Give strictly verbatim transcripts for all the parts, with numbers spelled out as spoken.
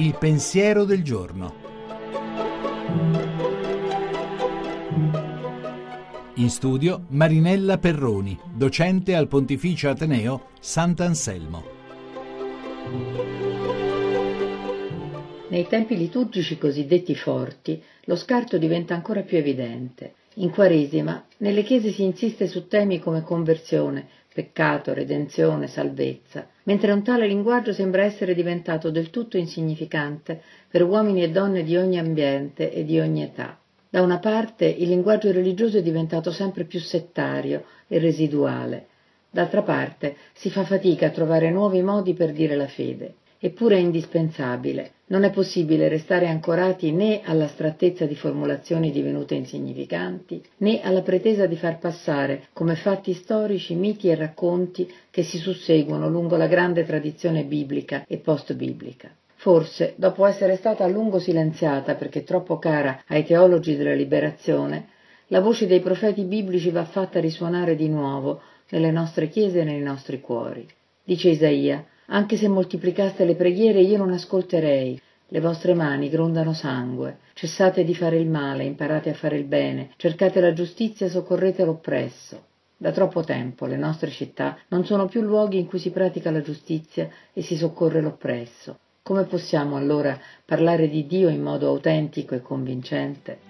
Il pensiero del giorno. In studio Marinella Perroni, docente al Pontificio Ateneo Sant'Anselmo. Nei tempi liturgici cosiddetti forti, lo scarto diventa ancora più evidente. In Quaresima, nelle chiese si insiste su temi come conversione, peccato, redenzione, salvezza, mentre un tale linguaggio sembra essere diventato del tutto insignificante per uomini e donne di ogni ambiente e di ogni età. Da una parte, il linguaggio religioso è diventato sempre più settario e residuale. D'altra parte, si fa fatica a trovare nuovi modi per dire la fede. Eppure è indispensabile. Non è possibile restare ancorati né all'astrattezza di formulazioni divenute insignificanti, né alla pretesa di far passare come fatti storici miti e racconti che si susseguono lungo la grande tradizione biblica e post-biblica. Forse, dopo essere stata a lungo silenziata perché troppo cara ai teologi della liberazione, la voce dei profeti biblici va fatta risuonare di nuovo nelle nostre chiese e nei nostri cuori. Dice Isaia: «Anche se moltiplicaste le preghiere io non ascolterei, le vostre mani grondano sangue, cessate di fare il male, imparate a fare il bene, cercate la giustizia, soccorrete l'oppresso». Da troppo tempo le nostre città non sono più luoghi in cui si pratica la giustizia e si soccorre l'oppresso. Come possiamo allora parlare di Dio in modo autentico e convincente?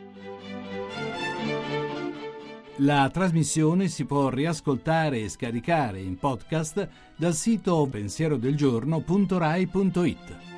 La trasmissione si può riascoltare e scaricare in podcast dal sito pensierodelgiorno punto rai punto it.